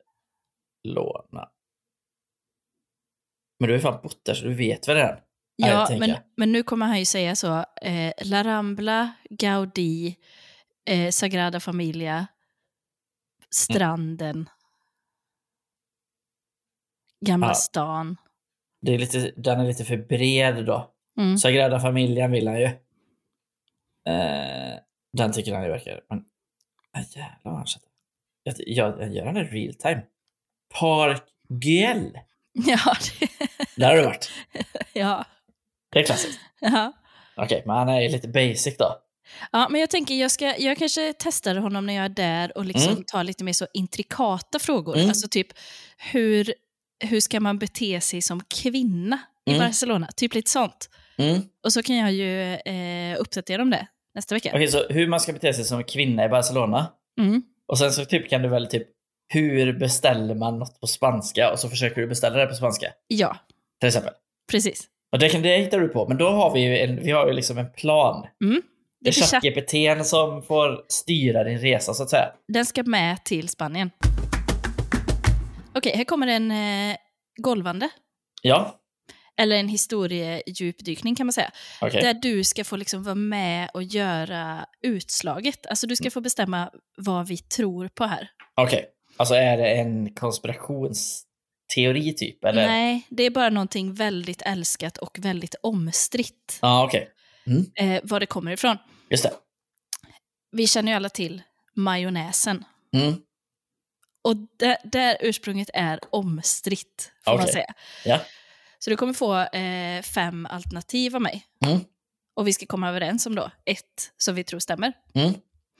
Speaker 2: Men du har ju fan bott där så du vet vad det är.
Speaker 1: Ja, men, men nu kommer han ju säga så. Eh, La Rambla, Gaudí, eh, Sagrada Familia, stranden, mm. Gamla ja. stan.
Speaker 2: Det är lite, den är lite för bred då.
Speaker 1: Mm.
Speaker 2: Sagrada Familien vill han ju. Eh, den tycker han ju verkar. Men äh, jävlar vad han sätter. Jag, jag, jag gör den i real time. Park Güell.
Speaker 1: Ja, det...
Speaker 2: Där har du varit.
Speaker 1: Ja.
Speaker 2: Det är klassiskt.
Speaker 1: Ja.
Speaker 2: Okej, okay, men han är lite basic då.
Speaker 1: Ja, men jag tänker jag ska jag kanske testar honom när jag är där och liksom mm. tar lite mer så intrikata frågor. Mm. Alltså typ hur hur ska man bete sig som kvinna mm. i Barcelona? Typ lite sånt.
Speaker 2: Mm.
Speaker 1: Och så kan jag ju eh, uppdatera om det nästa vecka.
Speaker 2: Okej, okay, så hur man ska bete sig som kvinna i Barcelona.
Speaker 1: Mm.
Speaker 2: Och sen så typ kan du väl typ hur beställer man något på spanska och så försöker du beställa det på spanska.
Speaker 1: Ja.
Speaker 2: Till exempel.
Speaker 1: Precis.
Speaker 2: Och det kan det hittar du på, men då har vi ju en vi har ju liksom en plan.
Speaker 1: Mm.
Speaker 2: Det är ChatGPT som får styra din resa så att säga.
Speaker 1: Den ska med till Spanien. Okej, okay, här kommer en eh, golvande.
Speaker 2: Ja.
Speaker 1: Eller en historiedjupdykning kan man säga.
Speaker 2: Okay.
Speaker 1: Där du ska få liksom vara med och göra utslaget. Alltså du ska få bestämma vad vi tror på här.
Speaker 2: Okej, okay. Alltså är det en konspirationsteori typ? Eller?
Speaker 1: Nej, det är bara någonting väldigt älskat och väldigt omstritt.
Speaker 2: Ja, ah, okej. Okay. Mm.
Speaker 1: Eh, var det kommer ifrån.
Speaker 2: Just det.
Speaker 1: Vi känner ju alla till majonnäsen.
Speaker 2: Mm.
Speaker 1: Och där, där ursprunget är omstritt, får
Speaker 2: okay.
Speaker 1: man säga.
Speaker 2: Ja.
Speaker 1: Så du kommer få eh, fem alternativ av mig.
Speaker 2: Mm.
Speaker 1: Och vi ska komma överens om då ett som vi tror stämmer.
Speaker 2: Mm.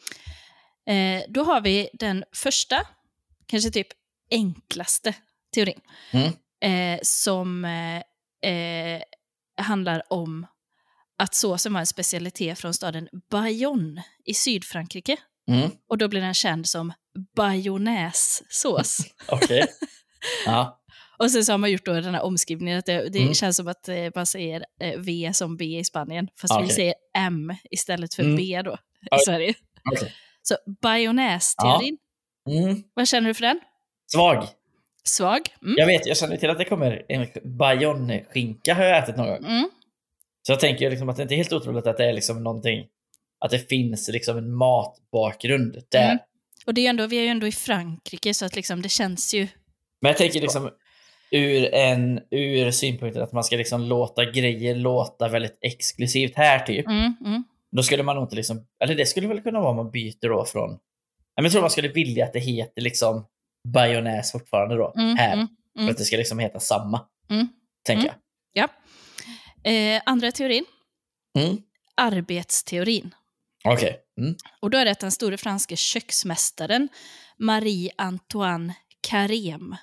Speaker 1: Eh, då har vi den första, kanske typ enklaste teorin.
Speaker 2: Mm.
Speaker 1: Eh, som eh, eh, handlar om att såsen var en specialitet från staden Bayonne i Sydfrankrike.
Speaker 2: Mm.
Speaker 1: Och då blir den känd som bayonnaise-sås.
Speaker 2: Okej. Okay. Ja.
Speaker 1: Och sen så har man gjort då den här omskrivningen att det, det
Speaker 2: mm.
Speaker 1: känns som att eh, man säger eh, V som B i Spanien. Fast okay. vi säger M istället för mm. B då i
Speaker 2: okay.
Speaker 1: Sverige.
Speaker 2: Okay.
Speaker 1: Så bayonnaise-teorin.
Speaker 2: Ja. Mm.
Speaker 1: Vad känner du för den?
Speaker 2: Svag.
Speaker 1: Svag? Mm.
Speaker 2: Jag vet, jag känner till att det kommer en bayonne-skinka har jag ätit någon gång.
Speaker 1: Mm.
Speaker 2: Så jag tänker liksom att det inte är helt otroligt att det är liksom någonting, att det finns liksom en matbakgrund där. Mm.
Speaker 1: Och det är ju ändå, vi är ju ändå i Frankrike så att liksom det känns ju...
Speaker 2: Men jag tänker liksom ur en ur synpunkten att man ska liksom låta grejer låta väldigt exklusivt här typ.
Speaker 1: Mm, mm.
Speaker 2: Då skulle man nog inte liksom, eller det skulle väl kunna vara om man byter då från, jag tror man skulle vilja att det heter liksom bayonnaise fortfarande då
Speaker 1: mm,
Speaker 2: här.
Speaker 1: Mm, mm.
Speaker 2: För att det ska liksom heta samma.
Speaker 1: Mm,
Speaker 2: tänker
Speaker 1: mm. jag. Ja. Eh, andra teorin.
Speaker 2: Mm.
Speaker 1: Arbetsteorin.
Speaker 2: Okej. Okay. Mm.
Speaker 1: Och då är det att den store franske köksmästaren Marie-Antoine Carême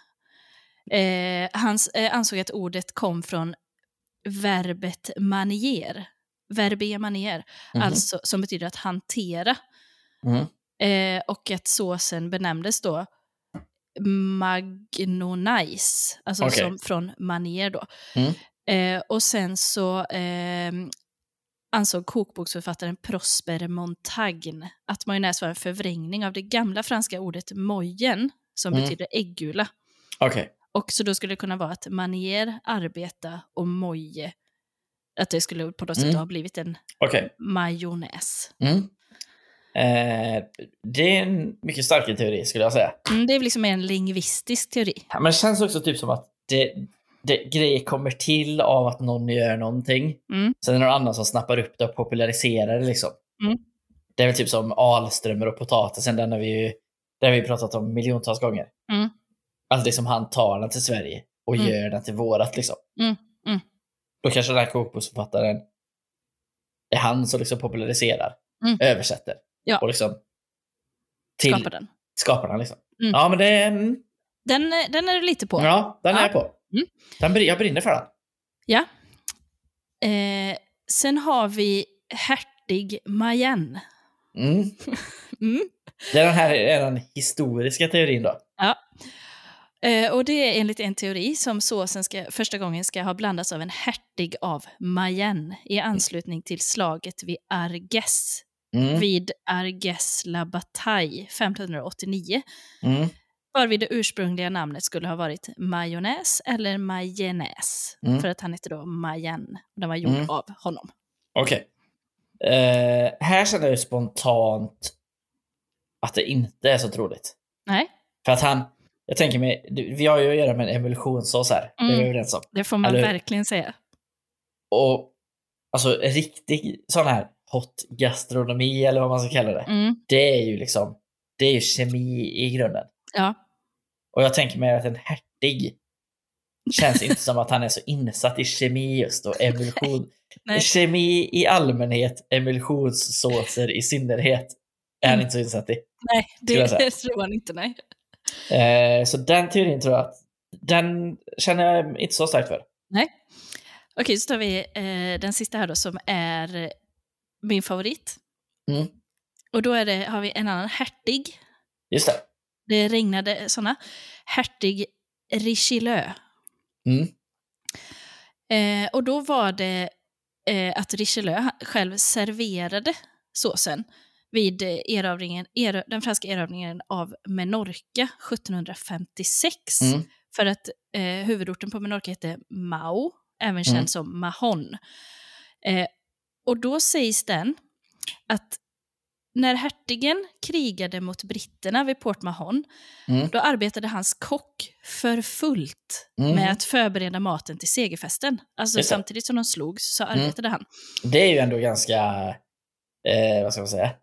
Speaker 1: eh, han eh, ansåg att ordet kom från verbet manier. verbe maner, mm. alltså som betyder att hantera.
Speaker 2: Mm.
Speaker 1: Eh, och att såsen benämndes då magnonais, alltså
Speaker 2: okay.
Speaker 1: som från maner då.
Speaker 2: Mm.
Speaker 1: Eh, och sen så eh, ansåg kokboksförfattaren Prosper Montagne att majonnäs var en förvrängning av det gamla franska ordet moyen, som mm. betyder äggula.
Speaker 2: Okay.
Speaker 1: Och så då skulle det kunna vara att manier, arbeta och moje, att det skulle på något sätt mm. ha blivit en
Speaker 2: okay.
Speaker 1: majonnäs.
Speaker 2: Mm. Eh, det är en mycket starkare teori skulle jag säga.
Speaker 1: Mm, det är liksom en lingvistisk teori.
Speaker 2: Ja, men det känns också typ som att det, det, grejer kommer till av att någon gör någonting.
Speaker 1: Mm.
Speaker 2: Sen är det någon annan som snappar upp det och populariserar det liksom.
Speaker 1: Mm.
Speaker 2: Det är väl typ som alströmmar och potatisen, den har vi ju det har vi pratat om miljontals gånger.
Speaker 1: Mm.
Speaker 2: Alltså liksom han tar den till Sverige och mm. gör den till vårat liksom.
Speaker 1: Mm. Mm.
Speaker 2: Då kanske den här kokboksförfattaren är han som liksom populariserar,
Speaker 1: mm.
Speaker 2: översätter.
Speaker 1: Ja.
Speaker 2: Och liksom till,
Speaker 1: skapar den.
Speaker 2: Skapar den liksom.
Speaker 1: Mm.
Speaker 2: Ja, men det är... Mm.
Speaker 1: Den, den är du lite på.
Speaker 2: Ja, den
Speaker 1: ja.
Speaker 2: är jag på.
Speaker 1: Mm.
Speaker 2: Den, jag brinner för den.
Speaker 1: Ja. Eh, sen har vi hertig Mayenne.
Speaker 2: Mm.
Speaker 1: mm.
Speaker 2: Det är den här är den historiska teorin då.
Speaker 1: Ja. Eh, och det är enligt en teori som såsen ska, första gången ska ha blandats av en hertig av Mayenne i anslutning till slaget vid Arges. Mm. Vid Arges-la-Bataille femtonhundraåttionio.
Speaker 2: Mm.
Speaker 1: Varvid det ursprungliga namnet skulle ha varit majonnäs eller mayonnaise. Mm. För att han heter då Mayenne. Den var gjord mm. av honom.
Speaker 2: Okej. Okay. Eh, här känner jag spontant att det inte är så troligt.
Speaker 1: Nej.
Speaker 2: För att han, jag tänker mig, vi har ju att göra med en emulsionssås här.
Speaker 1: Mm.
Speaker 2: Det är vi överens om.
Speaker 1: Det får man
Speaker 2: Eller,
Speaker 1: verkligen säga.
Speaker 2: Och alltså riktig sån här hot gastronomi eller vad man ska kalla det.
Speaker 1: Mm.
Speaker 2: Det är ju liksom, det är ju kemi i grunden.
Speaker 1: Ja.
Speaker 2: Och jag tänker mig att en hertig känns inte som att han är så insatt i kemi just och emulsion. Nej. Kemi i allmänhet, emulsionssåser i synnerhet är han mm. inte så insatt i.
Speaker 1: Nej, det, det tror han inte, nej.
Speaker 2: Eh, så den teorin tror jag att den känner jag inte så starkt för.
Speaker 1: Nej. Okej, så tar vi eh, den sista här då som är min favorit.
Speaker 2: Mm.
Speaker 1: Och då är det, har vi en annan hertig.
Speaker 2: Just det.
Speaker 1: Det regnade sådana. Hertig Richelieu.
Speaker 2: Mm.
Speaker 1: Eh, och då var det eh, att Richelieu själv serverade såsen vid erövringen, er, den franska erövringen av Menorca sjuttonhundrafemtiosex.
Speaker 2: Mm.
Speaker 1: För att eh, huvudorten på Menorca hette Mao, även känd mm. som Mahon. Eh, och då sägs den att när hertigen krigade mot britterna vid Port Mahon, mm. då arbetade hans kock för fullt mm. med att förbereda maten till segerfesten. Alltså samtidigt som de slogs så arbetade mm. han.
Speaker 2: Det är ju ändå ganska, eh, vad ska man säga?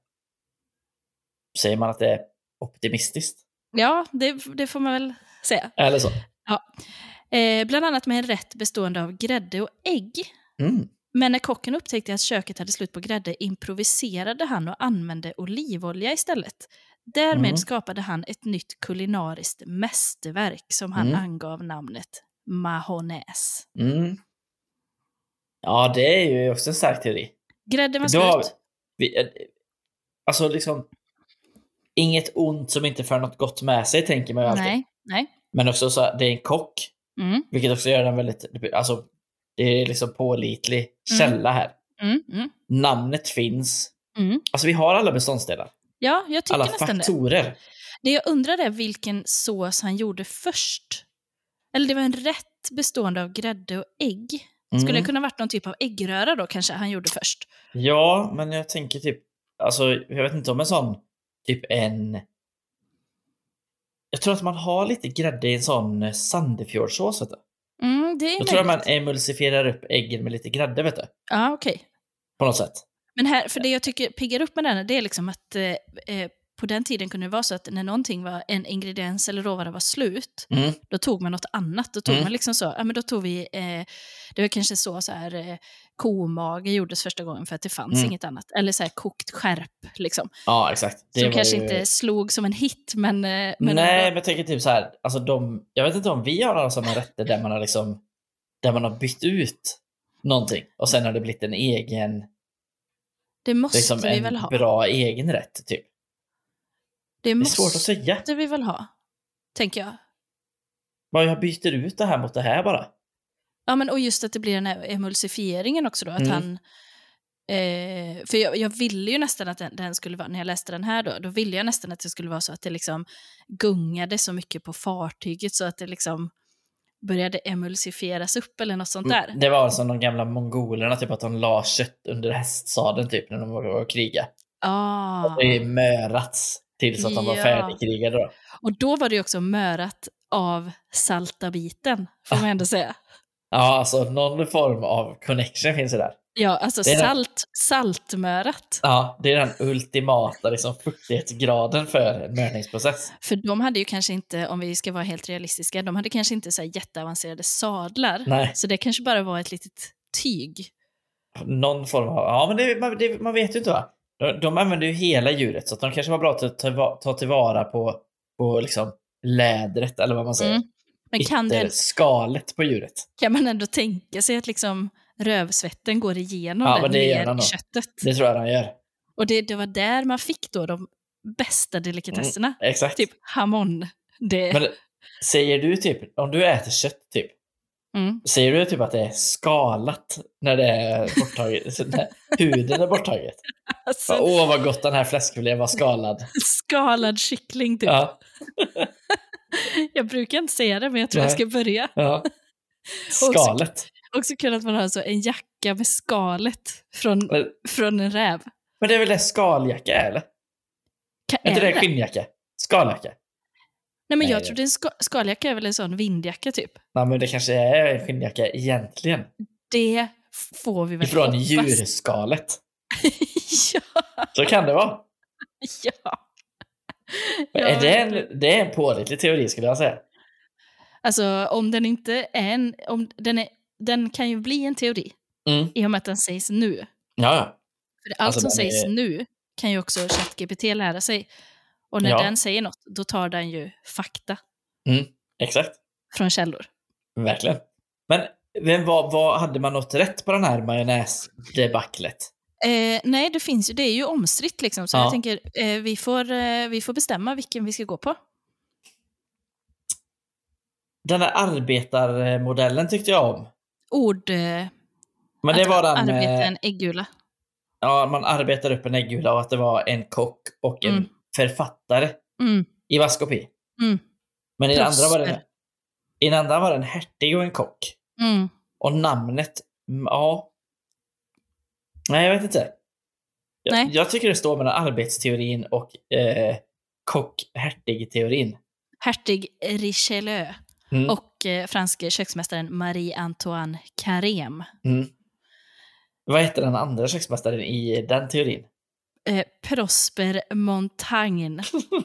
Speaker 2: Säger man att det är optimistiskt?
Speaker 1: Ja, det, det får man väl säga.
Speaker 2: Eller så.
Speaker 1: Ja. Eh, bland annat med en rätt bestående av grädde och ägg.
Speaker 2: Mm.
Speaker 1: Men när kocken upptäckte att köket hade slut på grädde improviserade han och använde olivolja istället. Därmed mm. skapade han ett nytt kulinariskt mästerverk som han mm. angav namnet mahonnaise.
Speaker 2: Mm. Ja, det är ju också en stark teori.
Speaker 1: Grädde var slut.
Speaker 2: Vi, alltså liksom inget ont som inte för något gott med sig, tänker man ju alltid.
Speaker 1: Nej, nej.
Speaker 2: Men också så det är en kock.
Speaker 1: Mm.
Speaker 2: Vilket också gör den väldigt, alltså det är liksom pålitlig källa här.
Speaker 1: Mm. Mm.
Speaker 2: Namnet finns.
Speaker 1: Mm.
Speaker 2: Alltså vi har alla beståndsdelar.
Speaker 1: Ja, jag tycker
Speaker 2: alla
Speaker 1: nästan
Speaker 2: faktorer.
Speaker 1: det. Det jag undrar är vilken sås han gjorde först. Eller det var en rätt bestående av grädde och ägg. Skulle mm. det kunna varit någon typ av äggröra då kanske han gjorde först?
Speaker 2: Ja, men jag tänker typ, alltså jag vet inte om en sån typ en, jag tror att man har lite grädde i en sån Sandefjordsås, vet du.
Speaker 1: Mm, det är
Speaker 2: Då tror jag man emulsifierar upp äggen med lite grädde, vet du.
Speaker 1: Ja, okej. Okay.
Speaker 2: På något sätt.
Speaker 1: Men här, för det jag tycker piggar upp med den, det är liksom att eh, på den tiden kunde det vara så att när någonting var, en ingrediens eller råvara var slut,
Speaker 2: mm.
Speaker 1: då tog man något annat. Då tog
Speaker 2: mm.
Speaker 1: man liksom så, ja men då tog vi, eh, det var kanske så, så här, eh, komage gjordes första gången för att det fanns mm. inget annat. Eller så här kokt skärp, liksom.
Speaker 2: Ja, exakt.
Speaker 1: Det som kanske ju... inte slog som en hit, men... Eh, men
Speaker 2: nej,
Speaker 1: ändå...
Speaker 2: men jag tänker typ så här, alltså de, jag vet inte om vi har några sådana rätter där man har liksom, där man har bytt ut någonting och sen har det blivit en egen
Speaker 1: Det måste
Speaker 2: liksom
Speaker 1: vi väl ha.
Speaker 2: En bra egen rätt, typ.
Speaker 1: Det,
Speaker 2: det är svårt att säga.
Speaker 1: Det vi väl ha, tänker jag.
Speaker 2: Bara jag byter ut det här mot det här bara.
Speaker 1: Ja, men och just att det blir den här emulsifieringen också då. Att mm. han... Eh, för jag, jag ville ju nästan att den, den skulle vara... När jag läste den här då, då ville jag nästan att det skulle vara så att det liksom gungade så mycket på fartyget så att det liksom började emulsifieras upp eller något sånt där.
Speaker 2: Det var som de gamla mongolerna, typ att de la kött under hästsadeln typ när de var och kriga.
Speaker 1: Ah.
Speaker 2: Det är mörats tills att de var
Speaker 1: ja.
Speaker 2: färdigkrigade då.
Speaker 1: Och då var det också mörat av salta biten, får man ändå säga.
Speaker 2: Ja, alltså någon form av connection finns det där.
Speaker 1: Ja, alltså salt, den... saltmörat.
Speaker 2: Ja, det är den ultimata liksom, fuktighetsgraden för en mörningsprocess.
Speaker 1: För de hade ju kanske inte, om vi ska vara helt realistiska, de hade kanske inte så här jätteavancerade sadlar.
Speaker 2: Nej.
Speaker 1: Så det kanske bara var ett litet tyg.
Speaker 2: Någon form av, ja men det, man, det, man vet ju inte va. De, de använder ju hela djuret så att de kanske var bra att ta, ta tillvara på, på liksom lädret eller vad man säger. Mm. Men kan det skalet på djuret?
Speaker 1: Kan man ändå tänka sig att liksom rövsvetten går igenom ja, den ner köttet?
Speaker 2: Det tror jag han gör.
Speaker 1: Och det, det var där man fick då de bästa delikatesserna.
Speaker 2: Mm, exakt.
Speaker 1: Typ hamon. Det...
Speaker 2: Men säger du typ, om du äter kött typ, mm. säger du typ att det är skalat när det är borttaget, när huden är borttaget? Alltså... Åh vad gott den här fläskfilén var skalad.
Speaker 1: Skalad kyckling typ.
Speaker 2: Ja.
Speaker 1: Jag brukar inte säga det, men jag tror Nej. jag ska börja.
Speaker 2: Ja. Skalet.
Speaker 1: Också, också kul att man har så en jacka med skalet från, men, från en räv.
Speaker 2: Men det är väl en skaljacka, eller? Kan, är inte det en skinnjacka? Skaljacka?
Speaker 1: Nej, men Nej, jag tror en ska, skaljacka är väl en sån vindjacka typ.
Speaker 2: Nej, men det kanske är en skinnjacka egentligen.
Speaker 1: Det får vi väl
Speaker 2: Ifrån
Speaker 1: hoppas.
Speaker 2: djurskalet.
Speaker 1: Ja.
Speaker 2: Så kan det vara.
Speaker 1: Ja.
Speaker 2: Ja, är det, en, det är en pålitlig teori skulle jag säga.
Speaker 1: Alltså om den inte är en, om den, är, den kan ju bli en teori mm. i och med att den sägs nu.
Speaker 2: Ja, ja.
Speaker 1: För allt alltså, som sägs är... nu kan ju också ChatGPT lära sig. Och när
Speaker 2: ja.
Speaker 1: den säger något, då tar den ju fakta.
Speaker 2: Mm, exakt.
Speaker 1: Från källor.
Speaker 2: Verkligen. Men, men vad, vad hade man något rätt på den här majonnäsdebaclet?
Speaker 1: Eh, nej, det finns ju, det är ju omstritt liksom, så ja. jag tänker eh, vi, får, eh, vi får bestämma vilken vi ska gå på.
Speaker 2: Den här arbetarmodellen tyckte jag om.
Speaker 1: Ord, eh,
Speaker 2: men det var den,
Speaker 1: arbeta en äggula.
Speaker 2: Ja, man arbetar upp en äggula och att det var en kock och en mm. författare
Speaker 1: mm.
Speaker 2: i Vaskopi.
Speaker 1: Mm.
Speaker 2: Men i den, andra var det, i den andra var det en hertig och en kock.
Speaker 1: Mm.
Speaker 2: Och namnet, ja... Nej, jag vet inte. Jag,
Speaker 1: Nej.
Speaker 2: jag tycker det står mellan arbetsteorin och eh, kock-hertig-teorin.
Speaker 1: Hertig Richelieu mm. och eh, franske köksmästaren Marie-Antoine Carême.
Speaker 2: Mm. Vad heter den andra köksmästaren i den teorin?
Speaker 1: Eh, Prosper Montagne.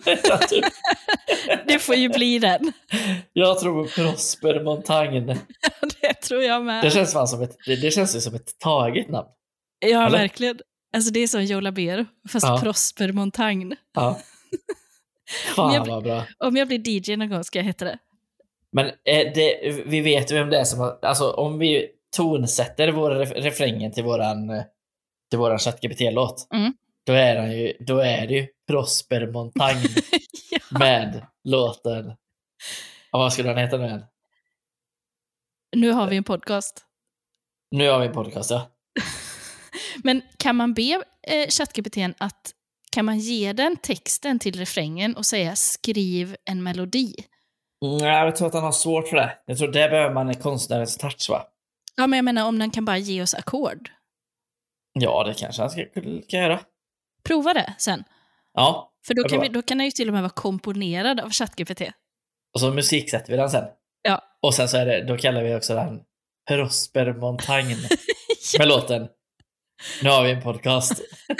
Speaker 1: Det får ju bli den.
Speaker 2: Jag tror Prosper Montagne.
Speaker 1: Det tror jag med.
Speaker 2: Det känns, fan som ett, det, det känns ju som ett taget namn.
Speaker 1: Ja,
Speaker 2: eller?
Speaker 1: Verkligen. Alltså det är som Joe Labero, fast ja. Prosper Montagne.
Speaker 2: Ja. Fan
Speaker 1: jag,
Speaker 2: vad bra.
Speaker 1: Om jag blir D J någon gång ska jag heta det.
Speaker 2: Men eh, det, vi vet ju vem det är som har, alltså om vi tonsätter vår refrängen till våran till våran ChatGPT-låt.
Speaker 1: Mm.
Speaker 2: Då är den ju då är det ju Prosper Montagne ja. Med låten. Och vad skulle den heta nu än?
Speaker 1: Nu har vi en podcast.
Speaker 2: Nu har vi en podcast, ja.
Speaker 1: Men kan man be eh, ChatGPT att kan man ge den texten till refrängen och säga skriv en melodi?
Speaker 2: Mm, jag tror att han har svårt för det. Jag tror det behöver man en konstnärens touch, va?
Speaker 1: Ja, men jag menar om den kan bara ge oss ackord.
Speaker 2: Ja, det kanske han ska kan göra.
Speaker 1: Prova det sen.
Speaker 2: Ja.
Speaker 1: För då kan, vi, då kan den ju till och med vara komponerad av ChatGPT.
Speaker 2: Och så musiksätter vi den sen.
Speaker 1: Ja.
Speaker 2: Och sen så är det, då kallar vi också den Prosper Montagne. Ja. Med låten. Nu har vi en podcast.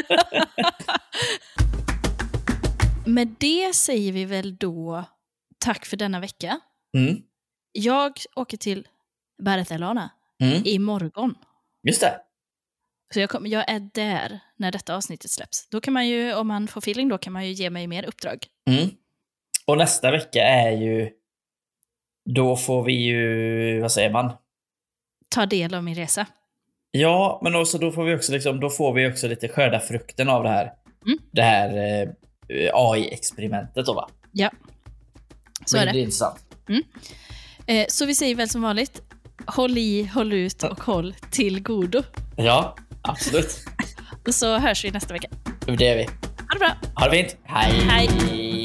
Speaker 1: Med det säger vi väl då tack för denna vecka.
Speaker 2: Mm.
Speaker 1: Jag åker till Barcelona
Speaker 2: mm.
Speaker 1: imorgon.
Speaker 2: Just det.
Speaker 1: Så jag, kom, jag är där när detta avsnittet släpps. Då kan man ju, om man får feeling, då kan man ju ge mig mer uppdrag.
Speaker 2: Mm. Och nästa vecka är ju, då får vi ju, vad säger man?
Speaker 1: Ta del av min resa.
Speaker 2: Ja, men också då får vi också liksom, då får vi också lite skörda frukten av det här. Mm. Det här eh, A I-experimentet då, va?
Speaker 1: Ja. Så
Speaker 2: men
Speaker 1: är det.
Speaker 2: Det är intressant.
Speaker 1: Mm. Eh, så vi säger väl som vanligt, håll i, håll ut och håll till godo.
Speaker 2: Ja, absolut.
Speaker 1: Och så hörs vi nästa vecka.
Speaker 2: Det är vi.
Speaker 1: Ha det bra.
Speaker 2: Ha det fint. Hej.
Speaker 1: Hej.